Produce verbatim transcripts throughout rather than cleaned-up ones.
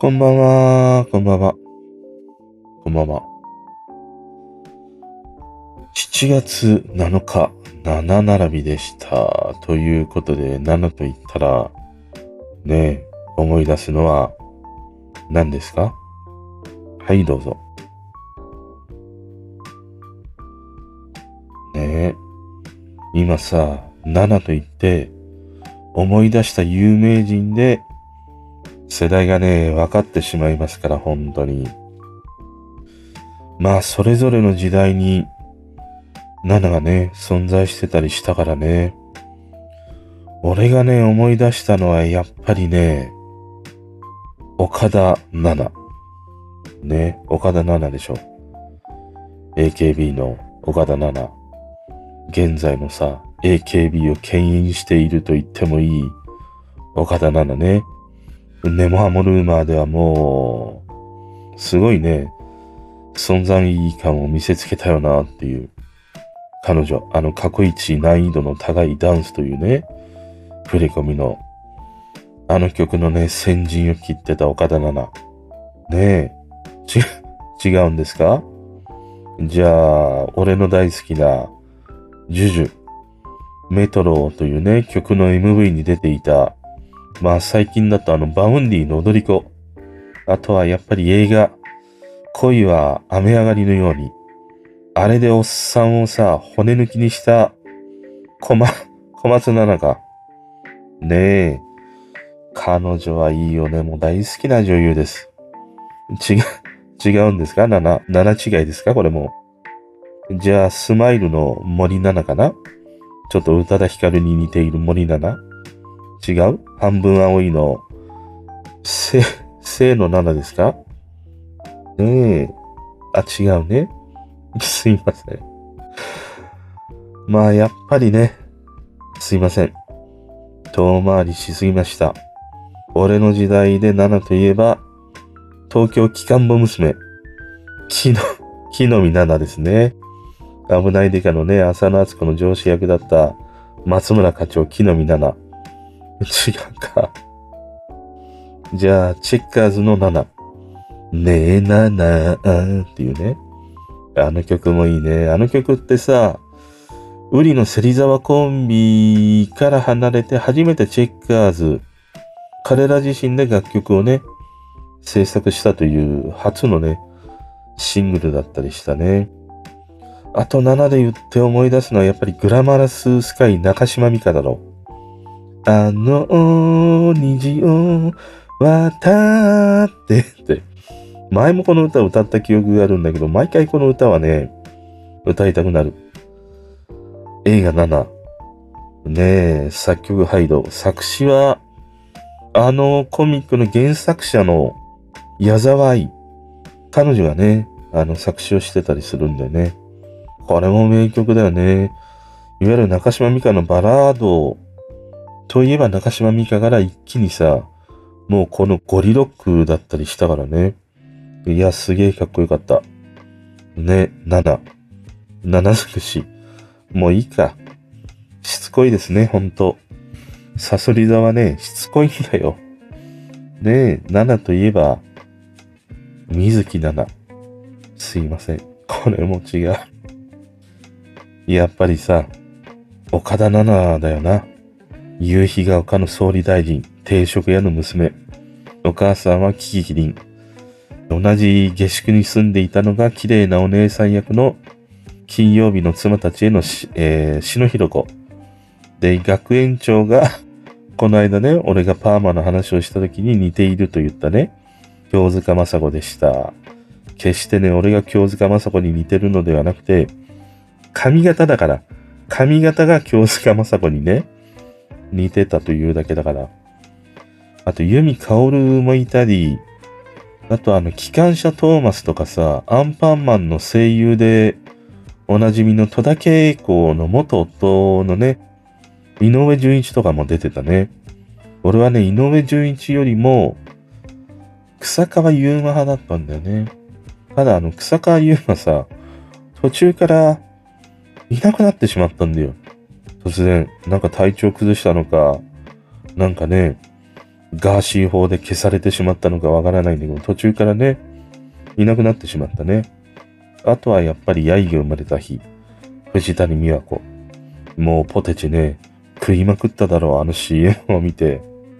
こんばんは、こんばんは、こんばんは。しちがつなのか、なな並びでした。ということで、ななと言ったら、ねえ、思い出すのは、何ですか？はい、どうぞ。ねえ、今さ、ななと言って、思い出した有名人で、世代がね、分かってしまいますから、本当に。まあ、それぞれの時代に、なながね、存在してたりしたからね。俺がね、思い出したのは、やっぱりね、岡田奈々。ね、岡田奈々でしょ。エーケービー の岡田奈々。現在のさ、エーケービー を牽引していると言ってもいい岡田奈々ね。ネモハモルーマーではもう、すごいね、存在感を見せつけたよなっていう。彼女、あの過去一難易度の高いダンスというね、振り込みの、あの曲のね、先陣を切ってた岡田奈々。ねえ、ち、違うんですか？じゃあ、俺の大好きな、ジュジュ、メトロというね、曲の エムブイ に出ていた、まあ最近だとあの、バウンディの踊り子。あとはやっぱり映画、恋は雨上がりのように。あれでおっさんをさ、骨抜きにした、小ま、小松菜奈か。ねえ。彼女はいいよね。もう大好きな女優です。違う、違うんですか？ なな、なな違いですかこれも。じゃあ、スマイルの森七菜かな？ちょっと宇多田ヒカルに似ている森七菜？違う？半分青いの、せ、せの七ですか？ねえ。あ、違うね。すいません。まあ、やっぱりね、すいません。遠回りしすぎました。俺の時代でナナといえば、東京機関簿娘、木の、木の実ナナですね。危ないデカのね、浅野敦子の上司役だった松村課長、木の実ナナ。違うか。じゃあ、チェッカーズのナナ。ねえナナーっていうね。あの曲もいいね。あの曲ってさ、ウリの芹沢コンビから離れて初めてチェッカーズ、彼ら自身で楽曲をね、制作したという初のね、シングルだったりしたね。あとななで言って思い出すのはやっぱりグラマラススカイ中島美嘉だろ。あの虹を渡ってって。前もこの歌を歌った記憶があるんだけど、毎回この歌はね、歌いたくなる。映画なな。ねえ、作曲ハイド。作詞は、あのコミックの原作者の矢沢愛。彼女がね、あの作詞をしてたりするんだよね。これも名曲だよね。いわゆる中島美嘉のバラードといえば中島美嘉から一気にさ、もうこのゴリロックだったりしたからね。いや、すげえかっこよかった。ね、なな。七尽くし。もういいか。しつこいですね、ほんと。サソリ座はね、しつこいんだよ。ねえ、ナナといえば、水木奈々。すいません。これも違う。やっぱりさ、岡田奈々だよな。夕日が丘の総理大臣、定食屋の娘。お母さんはキキキリン。同じ下宿に住んでいたのが綺麗なお姉さん役の金曜日の妻たちへのし、えー、篠弘子。で、学園長が、この間ね、俺がパーマの話をした時に似ていると言ったね、京塚雅子でした。決してね、俺が京塚雅子に似てるのではなくて、髪型だから、髪型が京塚雅子にね、似てたというだけだから。あと、由美薫もいたり、あとあの、機関車トーマスとかさ、アンパンマンの声優で、おなじみの戸田恵子の元夫のね、井上純一とかも出てたね。俺はね、井上純一よりも、草川優馬派だったんだよね。ただあの、草川優馬さ、途中からいなくなってしまったんだよ。突然、なんか体調崩したのか、なんかね、 ガーシー法で消されてしまったのかわからないんだけど、途中からね、いなくなってしまったね。あとはやっぱりヤイが生まれた日、藤谷美和子。もうポテチね、食いまくっただろう、あの シーエム を見て。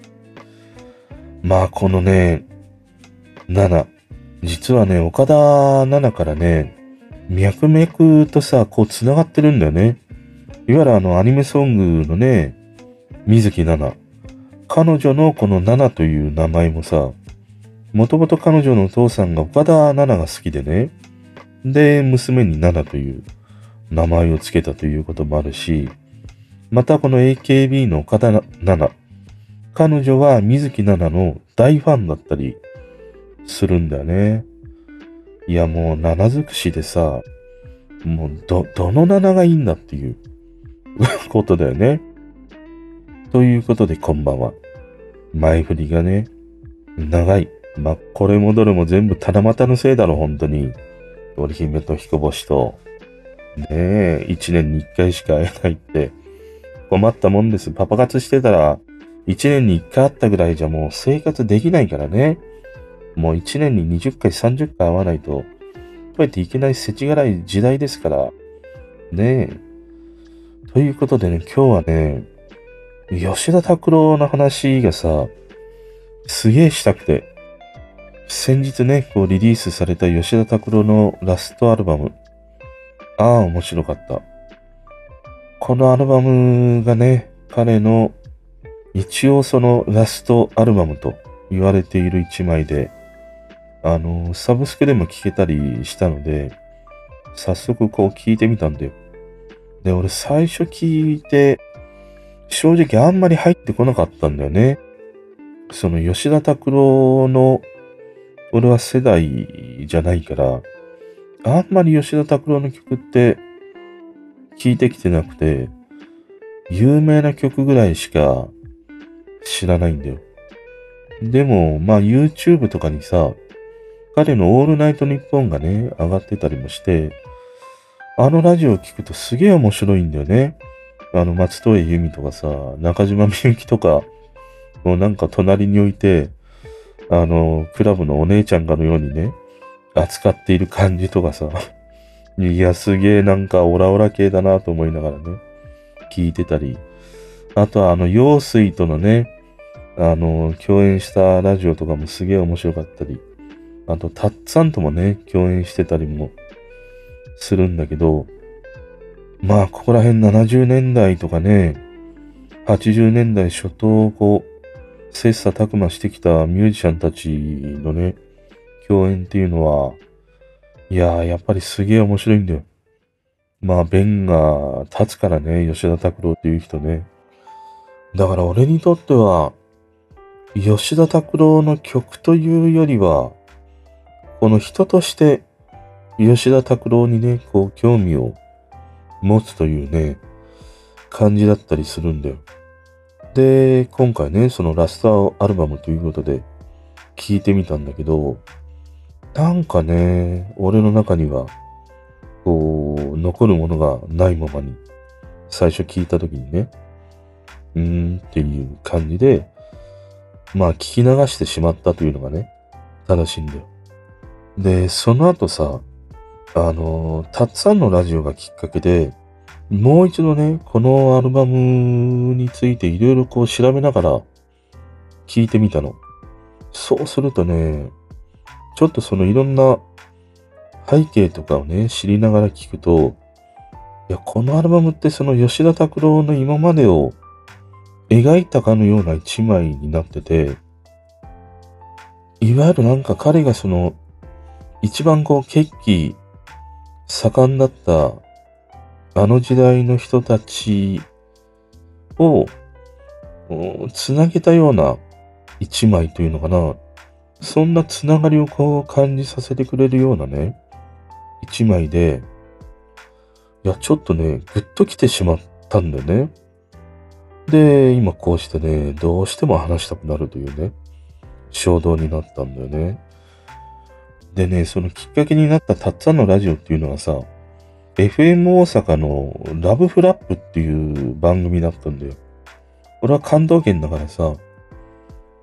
まあこのね、ナナ。実はね、岡田ナナからね、脈々とさ、こう繋がってるんだよね。いわゆるあのアニメソングのね、水木奈々。彼女のこのナナという名前もさ、もともと彼女のお父さんが岡田奈々が好きでね、で、娘にナナという名前をつけたということもあるし、またこの エーケービー の岡田奈々。彼女は水木奈々の大ファンだったりするんだよね。いやもう七尽くしでさ、もうど、どの七がいいんだっていうことだよね。ということでこんばんは。前振りがね、長い。まあ、これもどれも全部七夕のせいだろ、本当に。織姫と彦星と。ねえ、一年に一回しか会えないって困ったもんです。パパ活してたら、一年に一回会ったぐらいじゃもう生活できないからね。もう一年に二十回、三十回会わないと、こうやっていけない世知辛い時代ですから。ねえ。ということでね、今日はね、吉田拓郎の話がさ、すげえしたくて、先日ね、こうリリースされた吉田拓郎のラストアルバム。ああ、面白かった。このアルバムがね、彼の一応そのラストアルバムと言われている一枚で、あの、サブスクでも聴けたりしたので、早速こう聴いてみたんだよ。で、俺最初聴いて、正直あんまり入ってこなかったんだよね。その吉田拓郎の、俺は世代じゃないから、あんまり吉田拓郎の曲って聴いてきてなくて、有名な曲ぐらいしか知らないんだよ。でも、まあ YouTube とかにさ、彼のオールナイトニッポンがね、上がってたりもして、あのラジオを聞くとすげえ面白いんだよね。あの、松任谷由実とかさ、中島みゆきとか、もうなんか隣に置いて、あの、クラブのお姉ちゃんかのようにね、扱っている感じとかさ、いや、すげえなんかオラオラ系だなと思いながらね、聞いてたり、あとはあの、陽水とのね、あの、共演したラジオとかもすげえ面白かったり、あと、たっつぁんともね、共演してたりもするんだけど、まあ、ここら辺ななじゅうねんだいとかね、はちじゅうねんだい初頭をこう、切磋琢磨してきたミュージシャンたちのね、共演っていうのは、いやー、やっぱりすげえ面白いんだよ。まあ、弁が立つからね、吉田拓郎っていう人ね。だから俺にとっては、吉田拓郎の曲というよりは、この人として、吉田拓郎にね、こう、興味を持つというね、感じだったりするんだよ。で、今回ね、そのラストアルバムということで、聞いてみたんだけど、なんかね、俺の中には、こう、残るものがないままに、最初聞いた時にね、うーんっていう感じで、まあ聞き流してしまったというのがね、正しいんだよ。で、その後さ、あの、たっつぁんのラジオがきっかけで、もう一度ね、このアルバムについていろいろこう調べながら聞いてみたの。そうするとね、ちょっとそのいろんな背景とかをね、知りながら聞くと、いや、このアルバムってその吉田拓郎の今までを描いたかのような一枚になってて、いわゆるなんか彼がその、一番こう、血気盛んだったあの時代の人たちをつなげたような一枚というのかな。そんなつながりをこう感じさせてくれるようなね、一枚で、いや、ちょっとね、ぐっと来てしまったんだよね。で、今こうしてね、どうしても話したくなるというね、衝動になったんだよね。でね、そのきっかけになったたっつぁんのラジオっていうのはさ、エフエム 大阪のラブフラップっていう番組だったんだよ。俺は関東圏だからさ、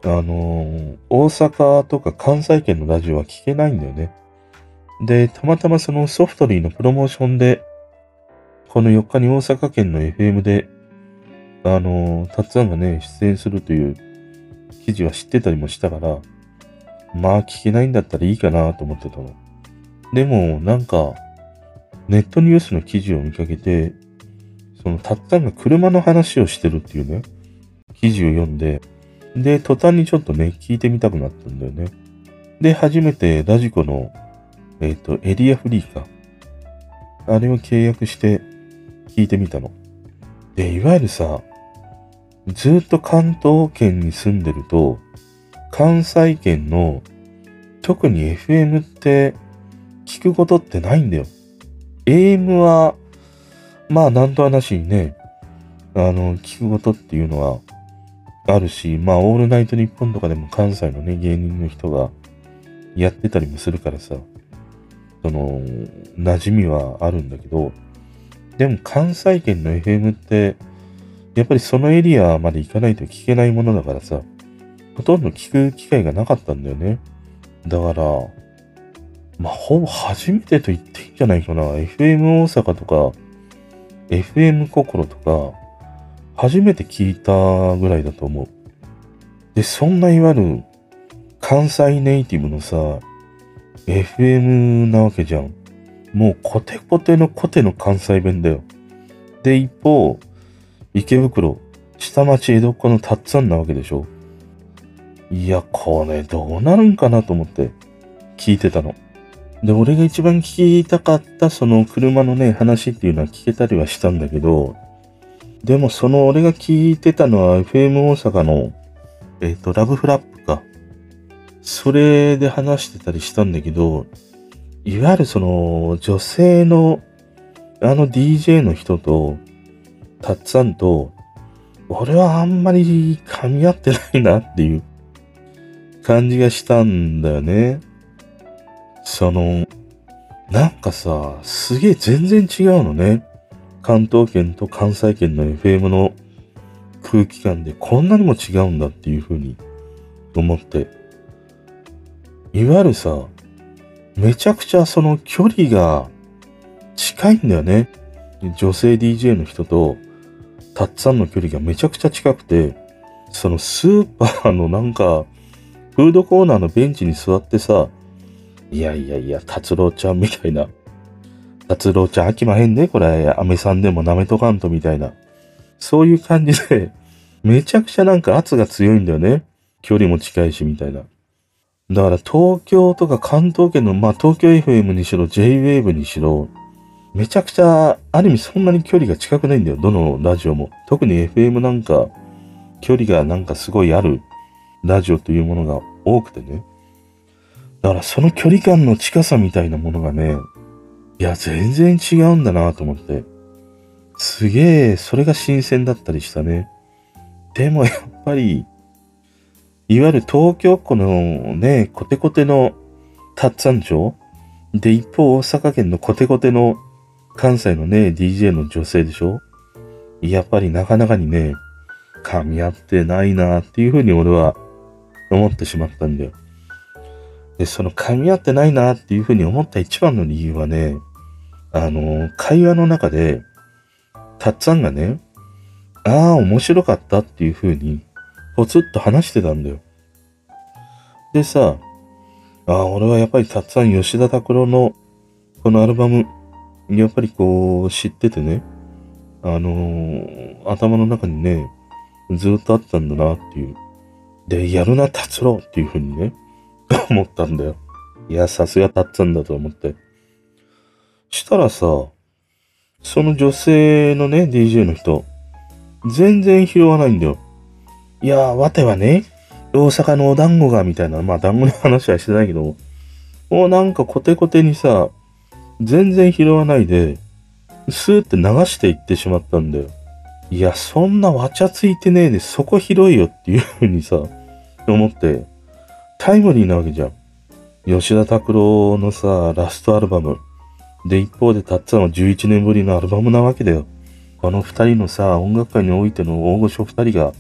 あのー大阪とか関西圏のラジオは聞けないんだよね。で、たまたまそのソフトリーのプロモーションで、このよっかに大阪県の エフエム で、あのー、たっつぁんがね、出演するという記事は知ってたりもしたから、まあ聞けないんだったらいいかなと思ってたの。でも、なんか、ネットニュースの記事を見かけて、そのたっつぁんが車の話をしてるっていうね、記事を読んで、で、途端にちょっとね、聞いてみたくなったんだよね。で、初めてラジコの、えっと、エリアフリーか。あれを契約して聞いてみたの。で、いわゆるさ、ずっと関東圏に住んでると、関西圏の特に エフエム って聞くことってないんだよ。エーエム は、まあなんと話にね、あの、聞くことっていうのはあるし、まあオールナイトニッポンとかでも関西のね、芸人の人がやってたりもするからさ、その、馴染みはあるんだけど、でも関西圏の エフエム って、やっぱりそのエリアまで行かないと聞けないものだからさ、ほとんど聞く機会がなかったんだよね。だから、まあ、ほぼ初めてと言っていいんじゃないかな。エフエム 大阪とか、エフエム 心とか、初めて聞いたぐらいだと思う。で、そんないわゆる関西ネイティブのさ、エフエム なわけじゃん。もうコテコテのコテの関西弁だよ。で、一方、池袋、下町江戸っ子のたっつぁんなわけでしょ。いや、これどうなるんかなと思って聞いてたの。で、俺が一番聞きたかったその車のね、話っていうのは聞けたりはしたんだけど、でもその俺が聞いてたのは エフエム 大阪の、えっと、ラブフラップか。それで話してたりしたんだけど、いわゆるその女性のあの ディージェー の人と、たっつぁんと、俺はあんまり噛み合ってないなっていう感じがしたんだよね。その、なんかさ、すげえ全然違うのね。関東圏と関西圏の エフエム の空気感でこんなにも違うんだっていう風に思って。いわゆるさ、めちゃくちゃその距離が近いんだよね。女性 ディージェー の人とたっつぁんの距離がめちゃくちゃ近くて、そのスーパーのなんか、フードコーナーのベンチに座ってさ、いやいやいや、達郎ちゃんみたいな。達郎ちゃん飽きまへんで、これ、アメさんでも舐めとかんとみたいな。そういう感じで、めちゃくちゃなんか圧が強いんだよね。距離も近いし、みたいな。だから東京とか関東圏の、まあ東京 エフエム にしろ、J-ウェーブ にしろ、めちゃくちゃ、ある意味そんなに距離が近くないんだよ。どのラジオも。特に エフエム なんか、距離がなんかすごいあるラジオというものが多くてね。だからその距離感の近さみたいなものがね、いや、全然違うんだなと思って。すげえ、それが新鮮だったりしたね。でもやっぱり、いわゆる東京っ子のね、コテコテのたっつぁん町で、一方大阪県のコテコテの関西のね、ディージェー の女性でしょ。やっぱりなかなかにね、噛み合ってないなっていうふうに俺は思ってしまったんだよ。で、その噛み合ってないなっていうふうに思った一番の理由はね、あの、会話の中で、たっつぁんがね、ああ、面白かったっていうふうに、ぽつっと話してたんだよ。でさ、ああ、俺はやっぱりたっつぁん吉田拓郎のこのアルバム、やっぱりこう知っててね、あのー、頭の中にね、ずっとあったんだなっていう。で、やるな達郎っていうふうにね、思ったんだよ。いや、さすがたっつぁんだと思って。したらさ、その女性のね、ディージェー の人、全然拾わないんだよ。いやー、わてはね、大阪のお団子が、みたいな、まあ団子の話はしてないけど、もうなんかコテコテにさ、全然拾わないで、スーって流していってしまったんだよ。いや、そんなわちゃついてねえで、そこ拾いよっていう風にさ、思って、タイムリーなわけじゃん。吉田拓郎のさ、ラストアルバム。で、一方でたっつぁんはじゅういちねんぶりのアルバムなわけだよ。あの二人のさ、音楽界においての大御所二人が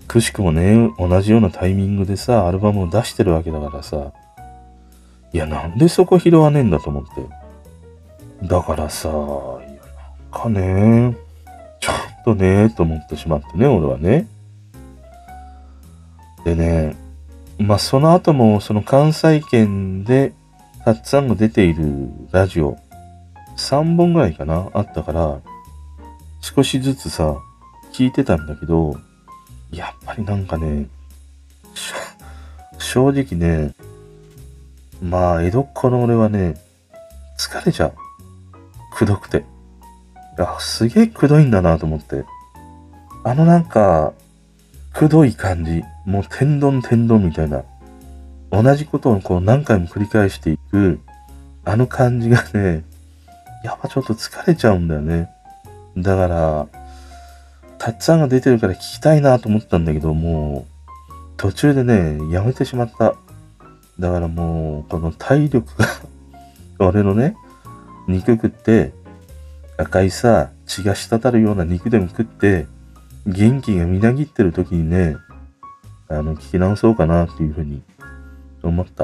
くしくもね、同じようなタイミングでさ、アルバムを出してるわけだからさ、いや、なんでそこ拾わねえんだと思って。だからさ、いや、なんかね、ちょっとね、と思ってしまってね、俺はね。でね、まあ、その後も、その関西圏で、たっつぁんが出ているラジオ、さんぼんぐらいかな、あったから、少しずつさ、聞いてたんだけど、やっぱりなんかね、正直ね、まあ、江戸っ子の俺はね、疲れちゃう。くどくて。あ、すげえくどいんだなと思って。あのなんか、くどい感じ。もう天丼天丼みたいな。同じことをこう何回も繰り返していく、あの感じがね、やっぱちょっと疲れちゃうんだよね。だから、たっつぁんが出てるから聞きたいなと思ったんだけど、もう、途中でね、やめてしまった。だからもう、この体力が俺のね、肉食って、赤いさ、血が滴るような肉でも食って、元気がみなぎってる時にね、あの、聞き直そうかなっていうふうに思った。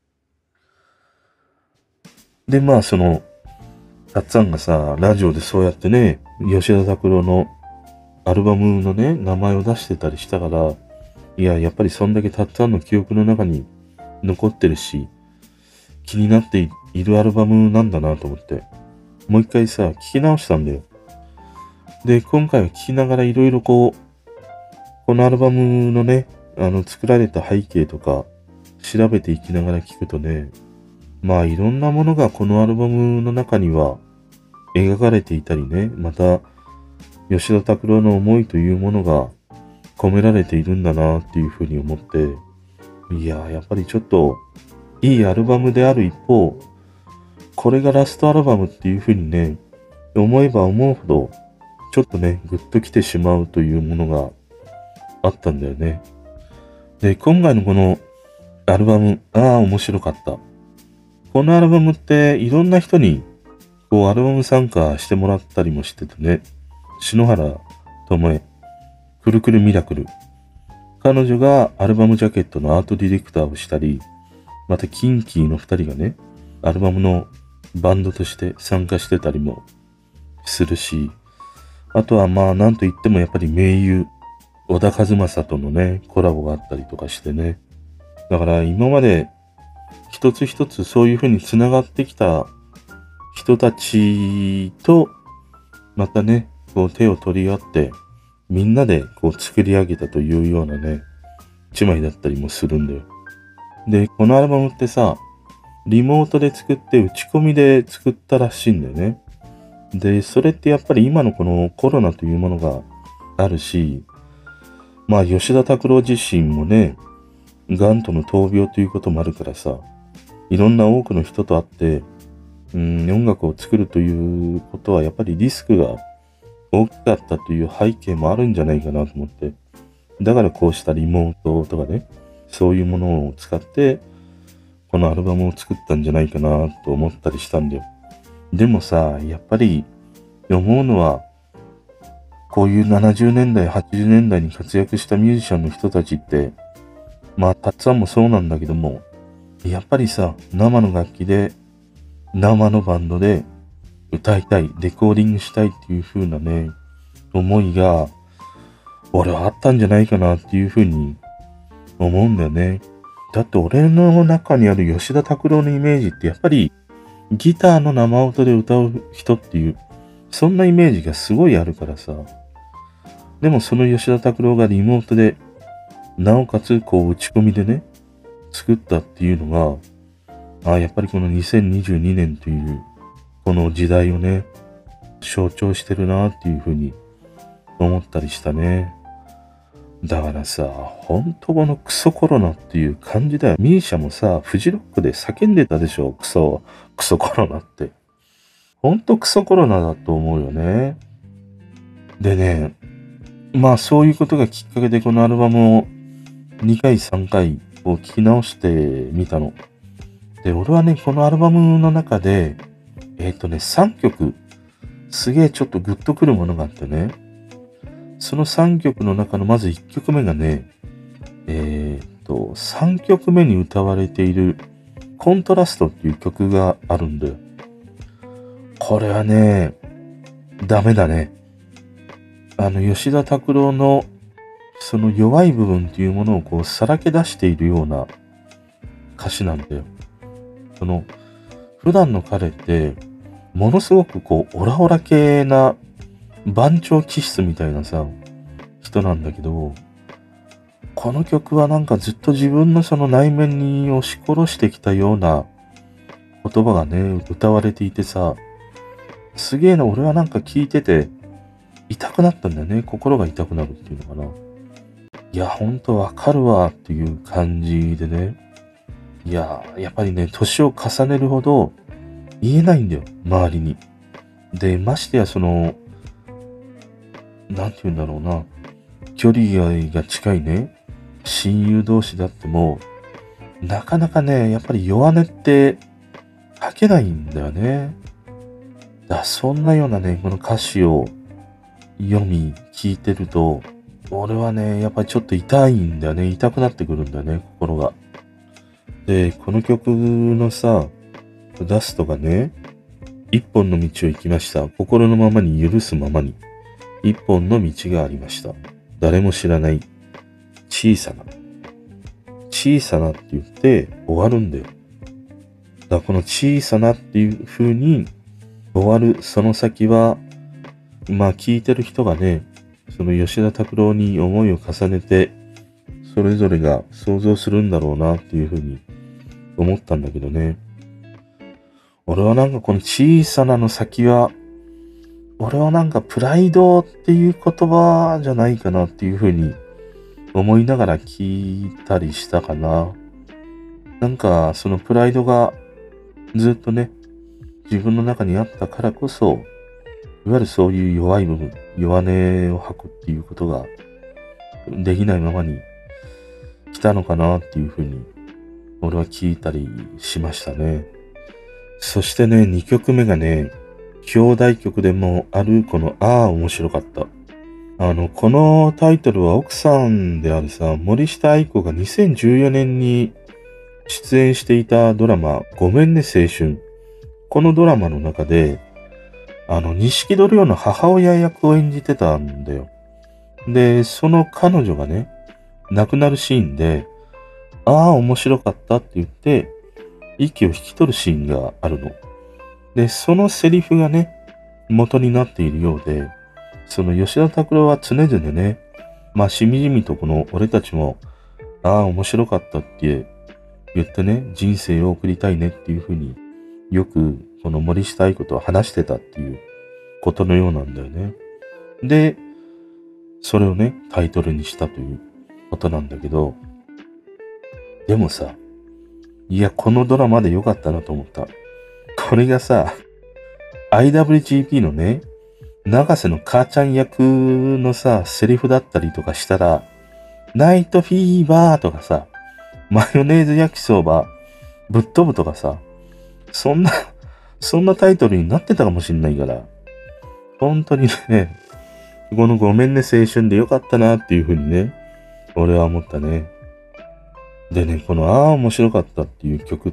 で、まあ、その、たっつぁんがさ、ラジオでそうやってね、吉田拓郎のアルバムのね、名前を出してたりしたから、いや、やっぱりそんだけたっつぁんの記憶の中に残ってるし、気になっているアルバムなんだなと思って、もう一回さ、聞き直したんだよ。で、今回は聞きながらいろいろこう、このアルバムのね、あの、作られた背景とか、調べていきながら聞くとね、まあいろんなものがこのアルバムの中には描かれていたりね、また、吉田拓郎の思いというものが込められているんだなっていうふうに思って、いやー、やっぱりちょっといいアルバムである一方、これがラストアルバムっていうふうにね、思えば思うほど、ちょっとね、グッと来てしまうというものがあったんだよね。で、今回のこのアルバム、ああ、面白かった。このアルバムっていろんな人にこうアルバム参加してもらったりもしててね、篠原智恵、くるくるミラクル。彼女がアルバムジャケットのアートディレクターをしたり、またキンキーの二人がね、アルバムのバンドとして参加してたりもするし、あとはまあなんといってもやっぱり名優、小田和正とのね、コラボがあったりとかしてね。だから今まで一つ一つそういう風に繋がってきた人たちと、またね、こう手を取り合って、みんなでこう作り上げたというようなね、一枚だったりもするんだよ。で、このアルバムってさ、リモートで作って打ち込みで作ったらしいんだよね。で、それってやっぱり今のこのコロナというものがあるし、まあ吉田拓郎自身もね、癌との闘病ということもあるからさ、いろんな多くの人と会って、うん、音楽を作るということはやっぱりリスクが大きかったという背景もあるんじゃないかなと思って。だからこうしたリモートとかね、そういうものを使って、このアルバムを作ったんじゃないかなと思ったりしたんだよ。でもさ、やっぱり思うのは、こういうななじゅうねんだい、はちじゅうねんだいに活躍したミュージシャンの人たちって、まあ、たっつぁんもそうなんだけども、やっぱりさ、生の楽器で、生のバンドで歌いたい、レコーディングしたいっていう風なね、思いが、俺はあったんじゃないかなっていう風に思うんだよね。だって俺の中にある吉田拓郎のイメージってやっぱりギターの生音で歌う人っていう、そんなイメージがすごいあるからさ。でもその吉田拓郎がリモートで、なおかつこう打ち込みでね、作ったっていうのが、ああ、やっぱりこのにせんにじゅうにねんというこの時代をね、象徴してるなっていうふうに思ったりしたね。だからさ、ほんとこのクソコロナっていう感じだよ。ミーシャもさ、フジロックで叫んでたでしょ。クソ、クソコロナって。ほんとクソコロナだと思うよね。でね、まあそういうことがきっかけでこのアルバムをにかいさんかいを聴き直してみたの。で、俺はね、このアルバムの中で、えっとね、さんきょく、すげえちょっとグッとくるものがあってね。 そのさんきょくの中のまずいっきょくめがね、えー、っと、さんきょくめに歌われているコントラストっていう曲があるんだよ。これはね、ダメだね。あの、吉田拓郎のその弱い部分っていうものをこうさらけ出しているような歌詞なんだよ。その、普段の彼って、ものすごくこう、オラオラ系な番長気質みたいなさ、人なんだけど、この曲はなんかずっと自分のその内面に押し殺してきたような言葉がね、歌われていてさ、すげえな、俺はなんか聞いてて、痛くなったんだよね。心が痛くなるっていうのかな。いや、ほんとわかるわっていう感じでね。いや、やっぱりね、年を重ねるほど言えないんだよ、周りに。で、ましてやその、なんて言うんだろうな。距離が近いね、親友同士であっても、なかなかね、やっぱり弱音って吐けないんだよね。だそんなようなね、この歌詞を読み、聞いてると、俺はね、やっぱりちょっと痛いんだよね。痛くなってくるんだよね、心が。で、この曲のさ、ラストがね、一本の道を行きました。心のままに許すままに。一本の道がありました。誰も知らない。小さな。小さなって言って終わるんだよ。だからこの小さなっていう風に終わるその先は、まあ聞いてる人がね、その吉田拓郎に思いを重ねて、それぞれが想像するんだろうなっていう風に思ったんだけどね。俺はなんかこの小さなの先は、俺はなんかプライドっていう言葉じゃないかなっていう風に思いながら聞いたりしたかな。なんかそのプライドがずっとね、自分の中にあったからこそ、いわゆるそういう弱い部分、弱音を吐くっていうことができないままに来たのかなっていうふうに俺は聞いたりしましたね。そしてね、にきょくめがね、兄弟曲でもあるこのああ面白かった。あの、このタイトルは奥さんであるさ、森下愛子がにせんじゅうよねんに出演していたドラマ、ごめんね青春。このドラマの中で、あの、錦戸亮の母親役を演じてたんだよ。で、その彼女がね、亡くなるシーンで、ああ、面白かったって言って、息を引き取るシーンがあるの。で、そのセリフがね、元になっているようで、その吉田拓郎は常々ね、まあしみじみとこの俺たちも、ああ、面白かったって言ってね、人生を送りたいねっていうふうによくこの森下愛子と話してたっていうことのようなんだよね。で、それをね、タイトルにしたということなんだけど、でもさ、いや、このドラマで良かったなと思った。これがさ、アイダブリュージーピー のね、長瀬の母ちゃん役のさ、セリフだったりとかしたら、ナイトフィーバーとかさ、マヨネーズ焼きそば、ぶっ飛ぶとかさ、そんな、そんなタイトルになってたかもしんないから、本当にね、このごめんね青春でよかったなっていう風にね、俺は思ったね。でね、このああ面白かったっていう曲って、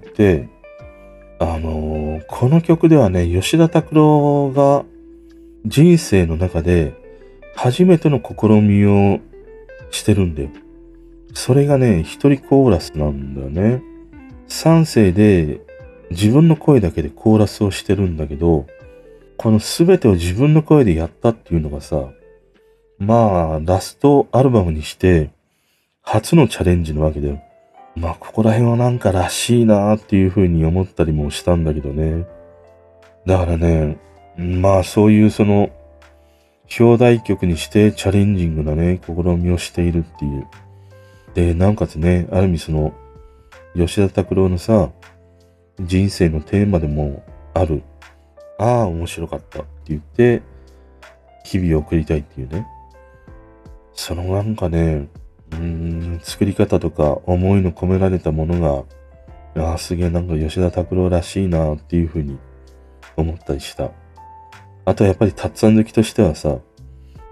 あのー、この曲ではね、吉田拓郎が人生の中で初めての試みをしてるんだよ。それがね、一人コーラスなんだよね。三世で自分の声だけでコーラスをしてるんだけど、この全てを自分の声でやったっていうのがさ、まあ、ラストアルバムにして初のチャレンジなわけだよ。まあ、ここら辺はなんからしいなーっていう風に思ったりもしたんだけどね。だからね、まあそういうその、表題曲にしてチャレンジングなね、試みをしているっていう。で、なおかつね、ある意味その、吉田拓郎のさ、人生のテーマでもある、ああ、面白かったって言って、日々を送りたいっていうね。そのなんかね、うーん、作り方とか思いの込められたものが、ああ、すげえなんか吉田拓郎らしいなっていうふうに思ったりした。あとはやっぱりタッツァン好きとしてはさ、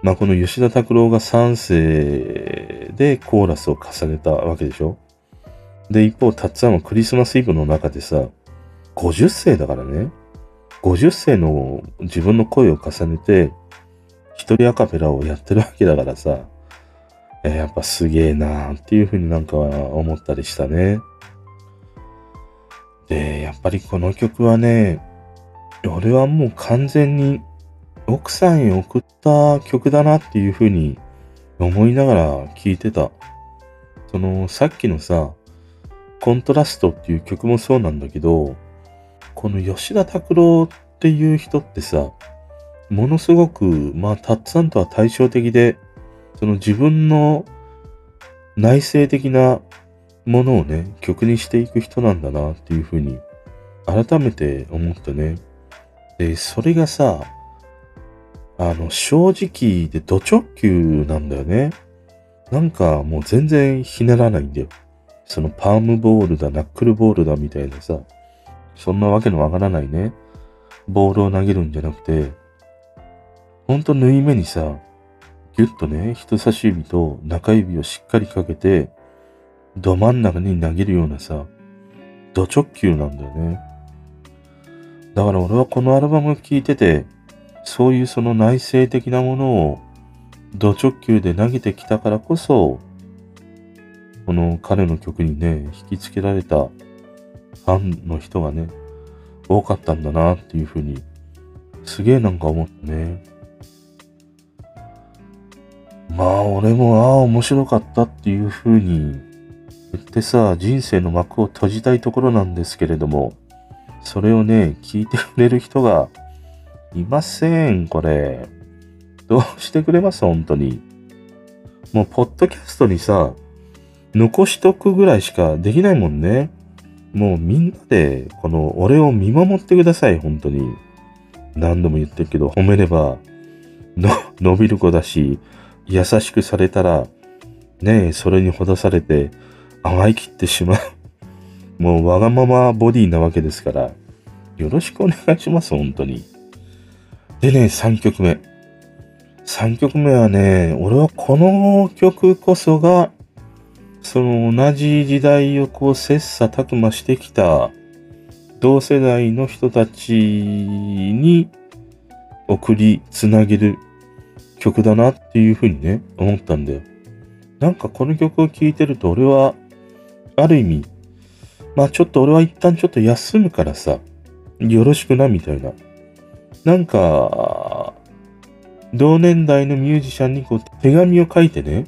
まあこの吉田拓郎がさん世でコーラスを重ねたわけでしょ。で、一方、タッツァンはクリスマスイブの中でさ、ごじゅっ世だからね。ごじゅっ世の自分の声を重ねて、一人アカペラをやってるわけだからさ、えーやっぱすげえなーっていうふうになんか思ったりしたね。で、やっぱりこの曲はね、俺はもう完全に奥さんへ送った曲だなっていうふうに思いながら聴いてた。その、さっきのさ、コントラストっていう曲もそうなんだけど、この吉田拓郎っていう人ってさ、ものすごく、まあ、タッツさんとは対照的で、その自分の内省的なものをね、曲にしていく人なんだなっていうふうに、改めて思ったね。で、それがさ、あの、正直でド直球なんだよね。なんかもう全然ひねらないんだよ。そのパームボールだ、ナックルボールだみたいなさ、そんなわけのわからないね、ボールを投げるんじゃなくて、ほんと縫い目にさ、ぎゅっとね、人差し指と中指をしっかりかけて、ど真ん中に投げるようなさ、ド直球なんだよね。だから俺はこのアルバムを聴いてて、そういうその内省的なものをド直球で投げてきたからこそ、この彼の曲にね、引きつけられたファンの人がね、多かったんだなっていうふうに、すげえなんか思ったね。まあ俺もああ面白かったっていうふうに言ってさ、人生の幕を閉じたいところなんですけれども、それをね、聞いてくれる人がいません、これ。どうしてくれます、本当に。もう、ポッドキャストにさ、残しとくぐらいしかできないもんね。もうみんなで、この、俺を見守ってください、本当に。何度も言ってるけど、褒めれば、の、伸びる子だし、優しくされたら、ねえ、それにほだされて、甘いきってしまう。もう、わがままボディなわけですから、よろしくお願いします、本当に。でね、さんきょくめ。さんきょくめはね、俺はこの曲こそが、その同じ時代をこう切磋琢磨してきた同世代の人たちに送りつなげる曲だなっていうふうにね、思ったんだよ。なんかこの曲を聴いてると俺は、ある意味、まあちょっと俺は一旦ちょっと休むからさ、よろしくなみたいな。なんか、同年代のミュージシャンにこう手紙を書いてね、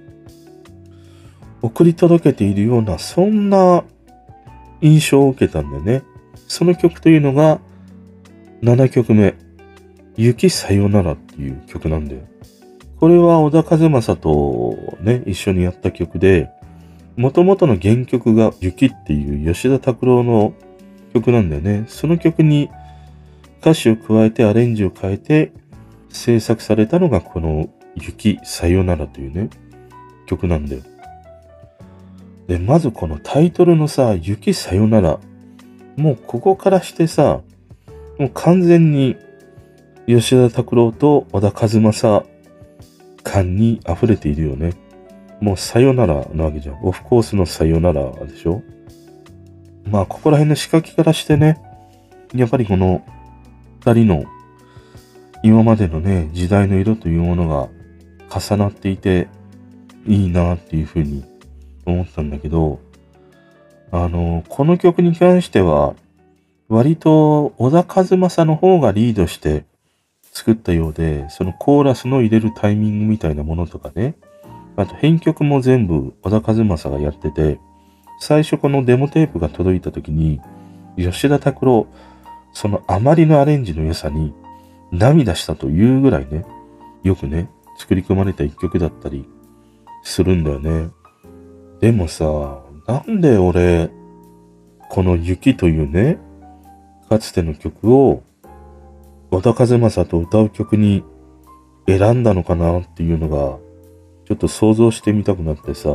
送り届けているような、そんな印象を受けたんだよね。その曲というのが、ななきょくめ、雪さよならっていう曲なんだよ。これは小田和正とね、一緒にやった曲で、元々の原曲が雪っていう吉田拓郎の曲なんだよね。その曲に歌詞を加えてアレンジを変えて制作されたのがこの雪さよならというね、曲なんだよ。で、まずこのタイトルのさ、雪さよなら。もうここからしてさ、もう完全に吉田拓郎と小田和正感に溢れているよね。もうさよならなわけじゃん。オフコースのさよならでしょ。まあここら辺の仕掛けからしてね、やっぱりこの二人の今までのね、時代の色というものが重なっていていいなっていうふうに思ったんだけど、あの、この曲に関しては、割と小田和正の方がリードして作ったようで、そのコーラスの入れるタイミングみたいなものとかね、あと編曲も全部小田和正がやってて、最初このデモテープが届いた時に、吉田拓郎、そのあまりのアレンジの良さに涙したというぐらいね、よくね、作り込まれた一曲だったりするんだよね。でもさ、なんで俺、この雪というね、かつての曲を小田和正と歌う曲に選んだのかなっていうのが、ちょっと想像してみたくなってさ。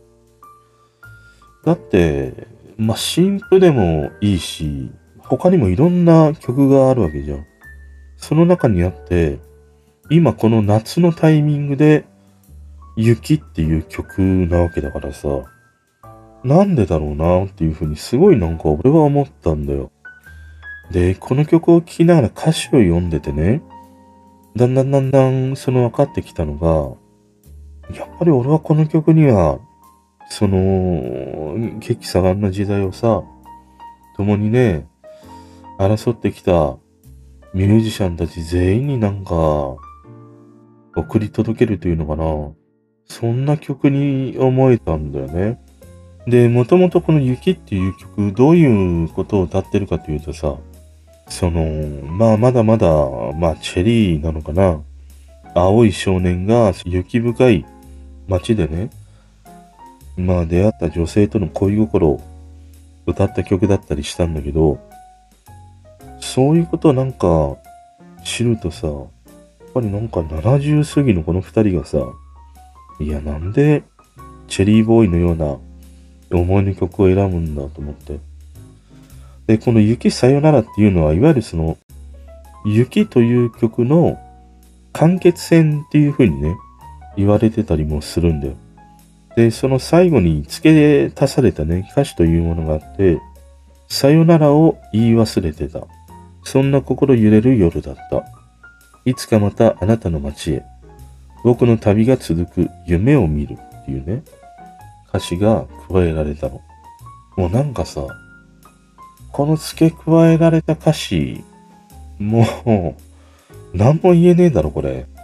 だって、まあ、新譜でもいいし、他にもいろんな曲があるわけじゃん。その中にあって、 今この夏のタイミングで雪っていう曲なわけだからさ、なんでだろうなっていうふうにすごいなんか俺は思ったんだよ。で、この曲を聴きながら歌詞を読んでてね、だんだんだんだんその分かってきたのが、やっぱり俺はこの曲には、その、血気盛んな時代をさ、共にね、争ってきたミュージシャンたち全員になんか、送り届けるというのかな。そんな曲に思えたんだよね。で、もともとこの雪っていう曲、どういうことを歌ってるかというとさ、その、まあまだまだ、まあチェリーなのかな。青い少年が雪深い街でね、まあ出会った女性との恋心を歌った曲だったりしたんだけど、そういうことをなんか知るとさ、やっぱりなんかななじゅう過ぎのこの二人がさ、いやなんでチェリーボーイのような思いの曲を選ぶんだと思って。で、この雪さよならっていうのは、いわゆるその、雪という曲の完結編っていう風にね、言われてたりもするんだよ。で、その最後に付け足されたね、歌詞というものがあって、さよならを言い忘れてた。そんな心揺れる夜だった。いつかまたあなたの街へ。僕の旅が続く夢を見るっていうね、歌詞が加えられたの。もうなんかさ、この付け加えられた歌詞、もう、何も言えねえだろ、これ。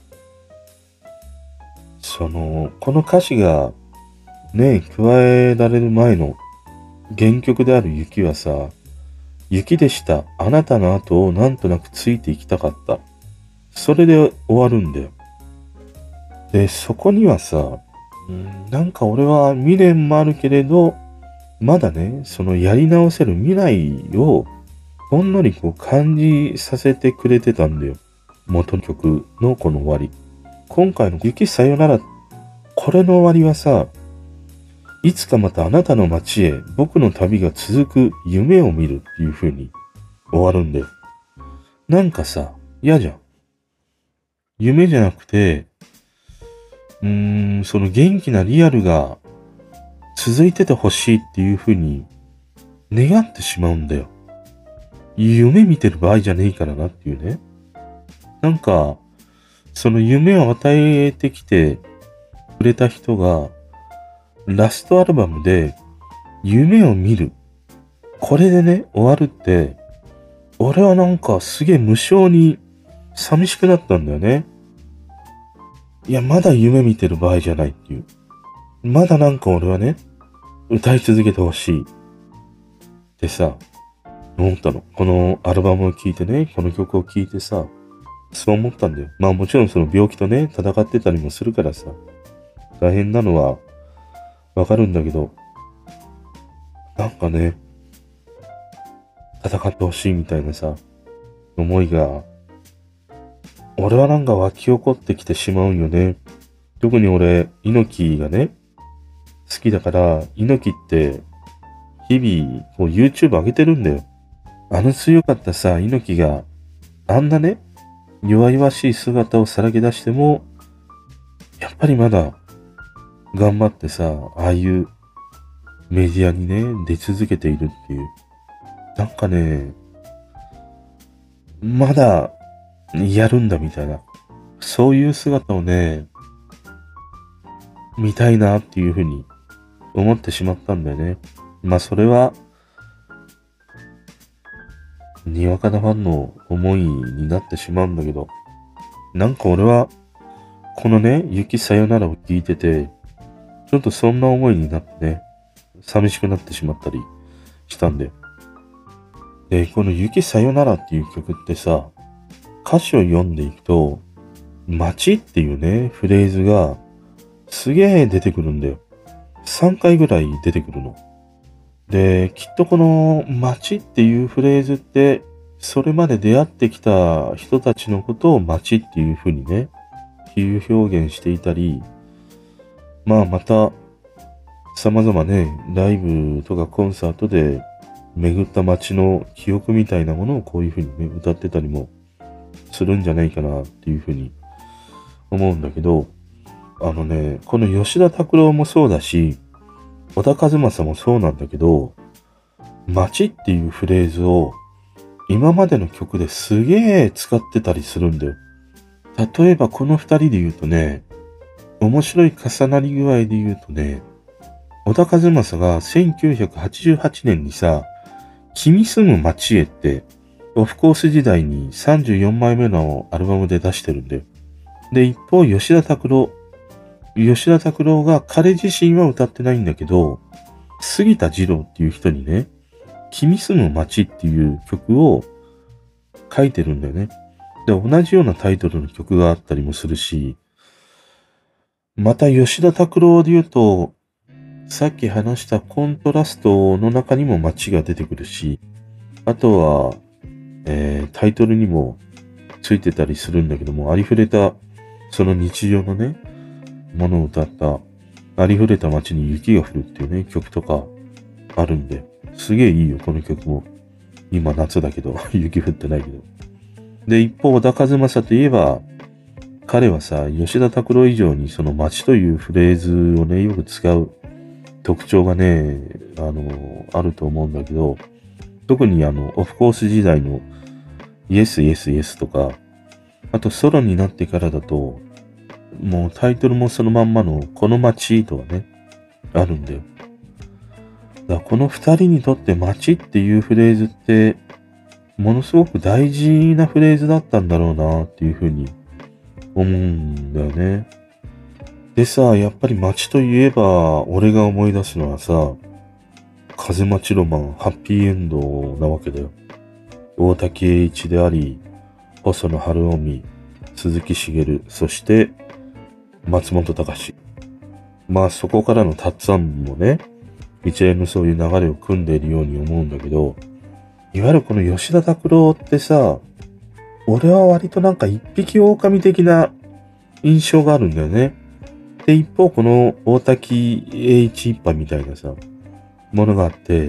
その、この歌詞が、ね、加えられる前の原曲である雪はさ、雪でした。あなたの後をなんとなくついていきたかった。それで終わるんだよ。で、そこにはさ、うん、なんか俺は未練もあるけれど、まだね、そのやり直せる未来をほんのりこう感じさせてくれてたんだよ。元曲のこの終わり。今回の雪さよなら、これの終わりはさ、いつかまたあなたの街へ僕の旅が続く夢を見るっていう風に終わるんだよ。なんかさ、嫌じゃん。夢じゃなくて、うーん、その元気なリアルが続いててほしいっていう風に願ってしまうんだよ。夢見てる場合じゃねえからなっていうね。なんか、その夢を与えてきてくれた人が、ラストアルバムで夢を見る。これでね、終わるって、俺はなんかすげえ無性に寂しくなったんだよね。いや、まだ夢見てる場合じゃないっていう。まだなんか俺はね、歌い続けてほしい。ってさ、思ったの。このアルバムを聴いてね、この曲を聴いてさ、そう思ったんだよ。まあもちろんその病気とね、戦ってたりもするからさ、大変なのはわかるんだけど、なんかね、戦ってほしいみたいなさ、思いが、俺はなんか湧き起こってきてしまうんよね。特に俺、猪木がね、好きだから、猪木って、日々、こう YouTube 上げてるんだよ。あの強かったさ、猪木が、あんなね、弱々しい姿をさらけ出しても、やっぱりまだ、頑張ってさ、ああいうメディアにね、出続けているっていう。なんかね、まだ、やるんだみたいな。そういう姿をね、見たいなっていうふうに思ってしまったんだよね。まあそれは、にわかなファンの思いになってしまうんだけど、なんか俺は、このね、雪さよならを聞いてて、ちょっとそんな思いになってね、寂しくなってしまったりしたんで。で、この雪さよならっていう曲ってさ、歌詞を読んでいくと、街っていうね、フレーズがすげえ出てくるんだよ。さんかいぐらい出てくるの。で、きっとこの街っていうフレーズって、それまで出会ってきた人たちのことを街っていう風にね、比喩表現していたり、まあまた、様々ね、ライブとかコンサートで巡った街の記憶みたいなものをこういう風にね、歌ってたりもするんじゃないかなっていう風に思うんだけど、あのね、この吉田拓郎もそうだし、小田和正もそうなんだけど、街っていうフレーズを今までの曲ですげー使ってたりするんだよ。例えばこの二人で言うとね、面白い重なり具合で言うとね、小田和正がせんきゅうひゃくはちじゅうはちねんにさ、君住む街へって、オフコース時代にさんじゅうよんまいめのアルバムで出してるんだよ。で、一方、吉田拓郎。吉田拓郎が彼自身は歌ってないんだけど、杉田二郎っていう人にね、君住む街っていう曲を書いてるんだよね。で、同じようなタイトルの曲があったりもするし、また吉田拓郎で言うと、さっき話したコントラストの中にも街が出てくるし、あとは、えー、タイトルにもついてたりするんだけども、ありふれた、その日常のね、ものを歌った、ありふれた街に雪が降るっていうね、曲とかあるんで、すげえいいよ、この曲も。今夏だけど、雪降ってないけど。で、一方、小田和正といえば、彼はさ、吉田拓郎以上にその街というフレーズをね、よく使う特徴がね、あの、あると思うんだけど、特にあの、オフコース時代のイエスイエスイエスとか、あとソロになってからだと、もうタイトルもそのまんまのこの街とかね、あるんだよ。だからこの二人にとって街っていうフレーズって、ものすごく大事なフレーズだったんだろうなっていうふうに思うんだよね。でさ、やっぱり街といえば、俺が思い出すのはさ、風待ちロマン、ハッピーエンドなわけだよ。大滝栄一であり、細野晴臣、鈴木茂、そして松本隆。まあそこからのタッツアンもね、一連のそういう流れを組んでいるように思うんだけど、いわゆるこの吉田拓郎ってさ、俺は割となんか一匹狼的な印象があるんだよね。で、一方この大滝栄一一派みたいなさ、ものがあって、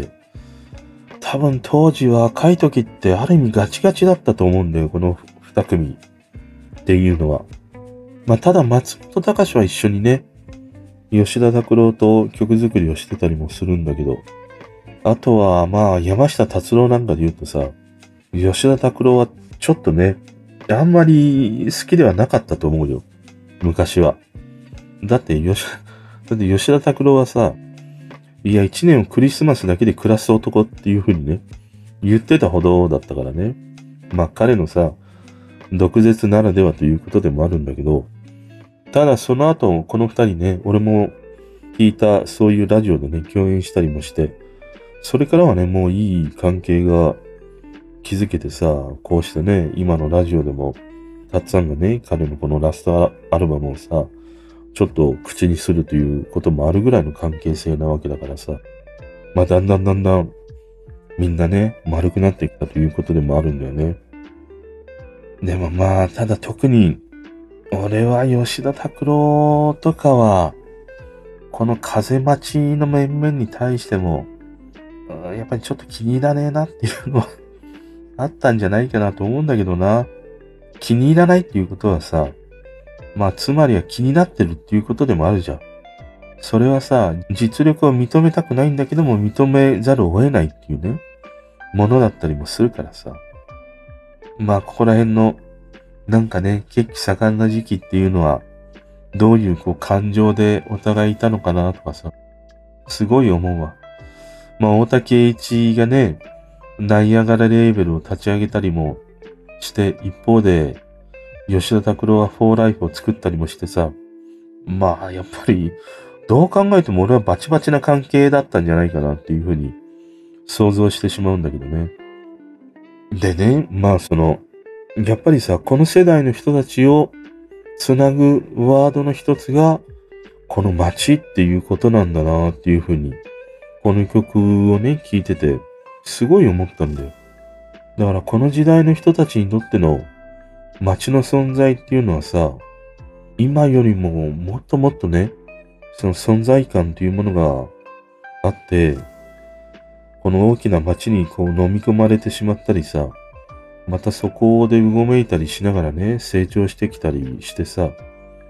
多分当時は若い時ってある意味ガチガチだったと思うんだよ、この二組っていうのは。まあただ松本隆は一緒にね、吉田拓郎と曲作りをしてたりもするんだけど、あとはまあ山下達郎なんかで言うとさ、吉田拓郎はちょっとね、あんまり好きではなかったと思うよ。昔は。だって吉、だって吉田拓郎はさ、いや一年をクリスマスだけで暮らす男っていう風にね、言ってたほどだったからね。まあ彼のさ、毒舌ならではということでもあるんだけど、ただその後この二人ね、俺も聞いたそういうラジオでね、共演したりもして、それからはね、もういい関係が築けてさ、こうしてね、今のラジオでも、たっつぁんがね、彼のこのラストアルバムをさ、ちょっと口にするということもあるぐらいの関係性なわけだからさ。まあ、だんだんだんだん、みんなね、丸くなってきたということでもあるんだよね。でもまあ、ただ特に、俺は吉田拓郎とかは、この風待ちの面々に対しても、やっぱりちょっと気に入らねえなっていうのはあったんじゃないかなと思うんだけどな。気に入らないっていうことはさ、まあつまりは気になってるっていうことでもあるじゃん。それはさ、実力を認めたくないんだけども認めざるを得ないっていうね、ものだったりもするからさ。まあここら辺の、なんかね、血気盛んな時期っていうのは、どういうこう感情でお互いいたのかなとかさ、すごい思うわ。まあ大竹栄一がね、ナイアガラレーベルを立ち上げたりもして、一方で、吉田拓郎はフォーライフを作ったりもしてさ、まあ、やっぱり、どう考えても俺はバチバチな関係だったんじゃないかなっていうふうに想像してしまうんだけどね。でね、まあその、やっぱりさ、この世代の人たちをつなぐワードの一つが、この街っていうことなんだなっていうふうに、この曲をね、聴いてて、すごい思ったんだよ。だからこの時代の人たちにとっての街の存在っていうのはさ、今よりももっともっとね、その存在感というものがあって、この大きな街にこう飲み込まれてしまったりさ、またそこでうごめいたりしながらね、成長してきたりしてさ、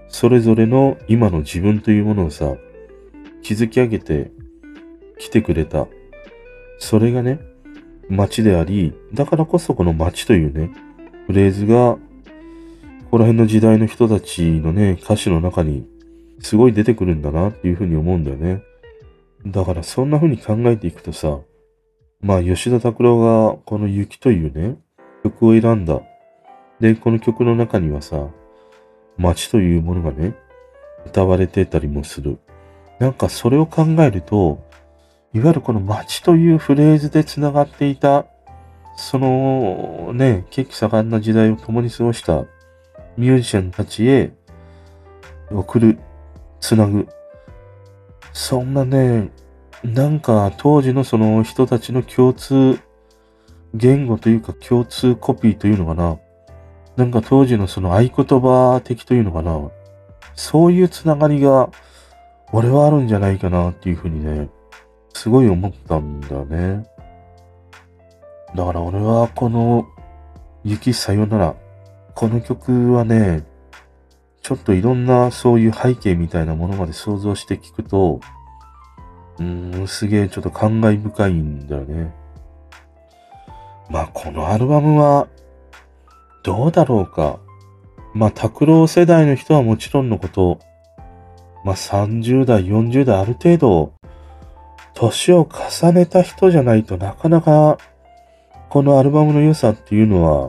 それぞれの今の自分というものをさ、築き上げてきてくれた。それがね、街であり、だからこそこの街というね、フレーズが、ここら辺の時代の人たちのね、歌詞の中にすごい出てくるんだなっていうふうに思うんだよね。だからそんな風に考えていくとさ、まあ吉田拓郎がこの雪というね、曲を選んだ。で、この曲の中にはさ、街というものがね、歌われてたりもする。なんかそれを考えると、いわゆるこの街というフレーズで繋がっていた、そのね、血気盛んな時代を共に過ごしたミュージシャンたちへ送る、つなぐ。そんなね、なんか当時のその人たちの共通言語というか共通コピーというのかな。なんか当時のその合言葉的というのかな。そういうつながりが俺はあるんじゃないかなっていうふうにね、すごい思ったんだよね。だから俺はこの雪さよなら、この曲はね、ちょっといろんなそういう背景みたいなものまで想像して聞くと、うーん、すげえちょっと感慨深いんだよね。まあこのアルバムはどうだろうか。まあ拓郎世代の人はもちろんのこと、まあさんじゅう代、よんじゅう代ある程度、年を重ねた人じゃないとなかなかこのアルバムの良さっていうのは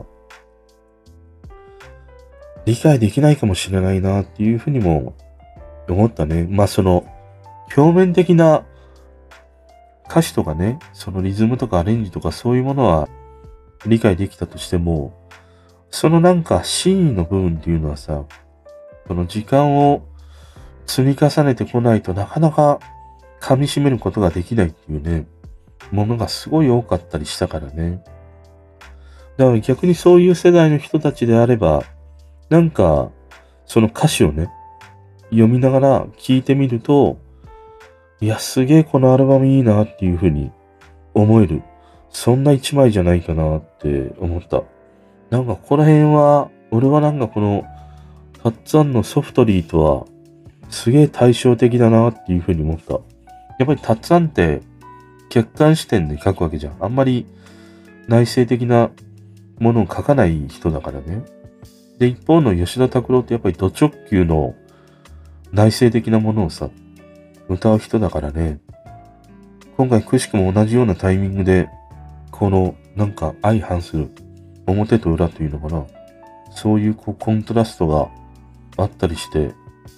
理解できないかもしれないなっていうふうにも思ったね。まあその表面的な歌詞とかね、そのリズムとかアレンジとかそういうものは理解できたとしても、そのなんか真意の部分っていうのはさ、その時間を積み重ねてこないとなかなか噛み締めることができないっていうね、ものがすごい多かったりしたからね。だから逆にそういう世代の人たちであれば、なんか、その歌詞をね、読みながら聞いてみると、いや、すげえこのアルバムいいなっていう風に思える。そんな一枚じゃないかなって思った。なんかここら辺は、俺はなんかこの、タッツァンのソフトリーとは、すげえ対照的だなっていう風に思った。やっぱりタッツァンって客観視点で書くわけじゃん。あんまり内省的なものを書かない人だからね。で、一方の吉田拓郎ってやっぱりド直球の内省的なものをさ、歌う人だからね。今回くしくも同じようなタイミングで、このなんか相反する表と裏というのかな。そういうこうコントラストがあったりして、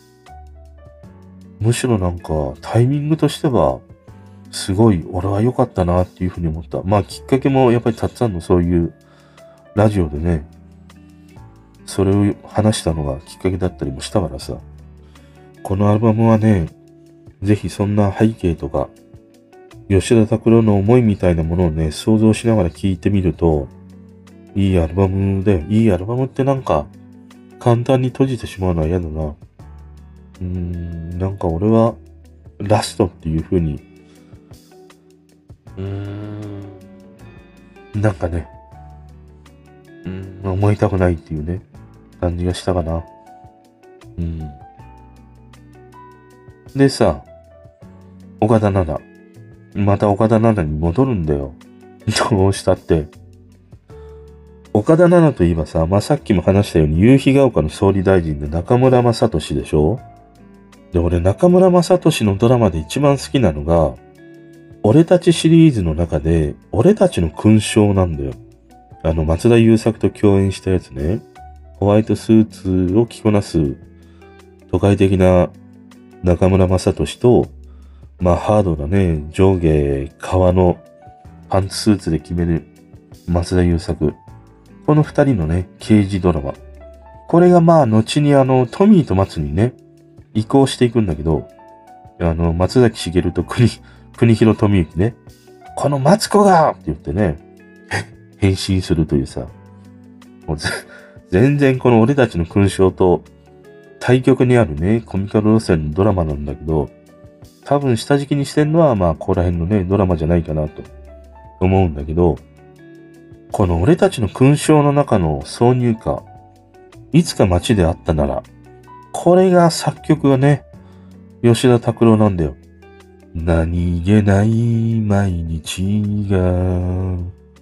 むしろなんかタイミングとしては、すごい俺は良かったなっていうふうに思った。まあきっかけもやっぱりたっつぁんのそういうラジオでね、それを話したのがきっかけだったりもしたからさ。このアルバムはね、ぜひそんな背景とか、吉田拓郎の思いみたいなものをね、想像しながら聴いてみると、いいアルバムで、いいアルバムってなんか、簡単に閉じてしまうのは嫌だな。うーん、なんか俺は、ラストっていう風に、うーん、なんかね、うーん、思いたくないっていうね、感じがしたかな。うん。でさ、岡田奈々。また岡田奈々に戻るんだよ。どうしたって。岡田奈々といえばさ、まあ、さっきも話したように夕日が丘の総理大臣で中村雅俊でしょ。で、俺中村雅俊のドラマで一番好きなのが、俺たちシリーズの中で、俺たちの勲章なんだよ。あの、松田優作と共演したやつね。ホワイトスーツを着こなす都会的な中村雅俊と、まあハードなね、上下革のパンツスーツで決める松田優作。この二人のね、刑事ドラマ。これがまあ後にあの、トミーと松にね、移行していくんだけど、あの、松崎しげると国、国広富之ね、このマツコがって言ってね、変身するというさ、もう全然この俺たちの勲章と対極にあるね、コミカル路線のドラマなんだけど、多分下敷きにしてんのはまあここら辺のね、ドラマじゃないかなと思うんだけど、この俺たちの勲章の中の挿入歌、いつか街であったなら、 これが作曲がね、吉田拓郎なんだよ。何気ない毎日が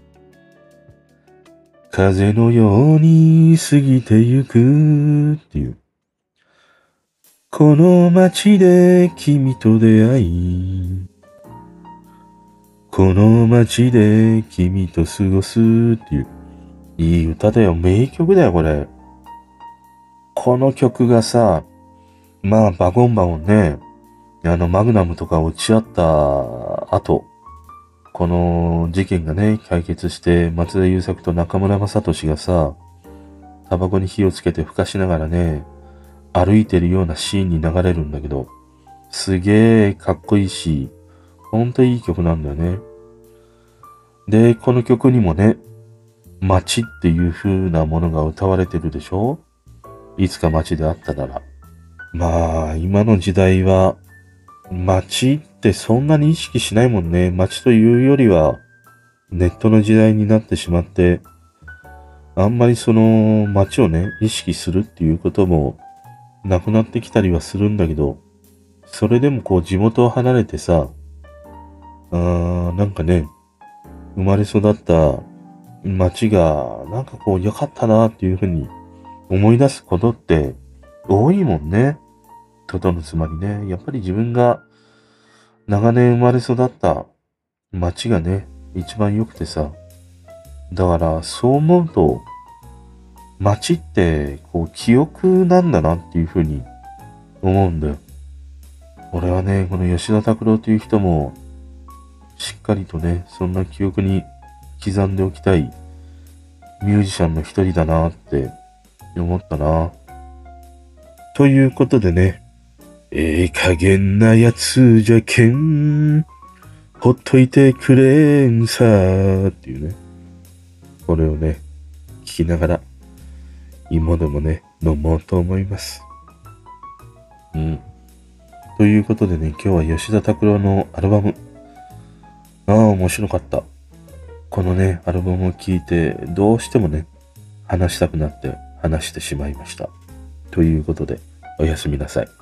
風のように過ぎてゆくっていう。この街で君と出会い、この街で君と過ごすっていう。いい歌だよ。名曲だよ、これ。この曲がさ、まあ、バゴンバゴンね、あの、マグナムとか落ち合った後、この事件がね、解決して、松田優作と中村雅俊がさ、タバコに火をつけてふかしながらね、歩いてるようなシーンに流れるんだけど、すげえかっこいいし、ほんといい曲なんだよね。で、この曲にもね、街っていう風なものが歌われてるでしょ？いつか街であったなら。まあ、今の時代は、街ってそんなに意識しないもんね。街というよりは、ネットの時代になってしまって、あんまりその街をね、意識するっていうこともなくなってきたりはするんだけど、それでもこう地元を離れてさ、あーなんかね、生まれ育った街がなんかこう良かったなっていうふうに思い出すことって多いもんね。ことのつまりね。やっぱり自分が長年生まれ育った街がね、一番良くてさ。だからそう思うと、街ってこう記憶なんだなっていうふうに思うんだよ。俺はね、この吉田拓郎という人もしっかりとね、そんな記憶に刻んでおきたいミュージシャンの一人だなって思ったな。ということでね、ええ加減なやつじゃけん、ほっといてくれんさーっていうね、これをね、聞きながら、芋でもね、飲もうと思います。うん。ということでね、今日は吉田拓郎のアルバム、ああ、面白かった。このね、アルバムを聴いて、どうしてもね、話したくなって話してしまいました。ということで、おやすみなさい。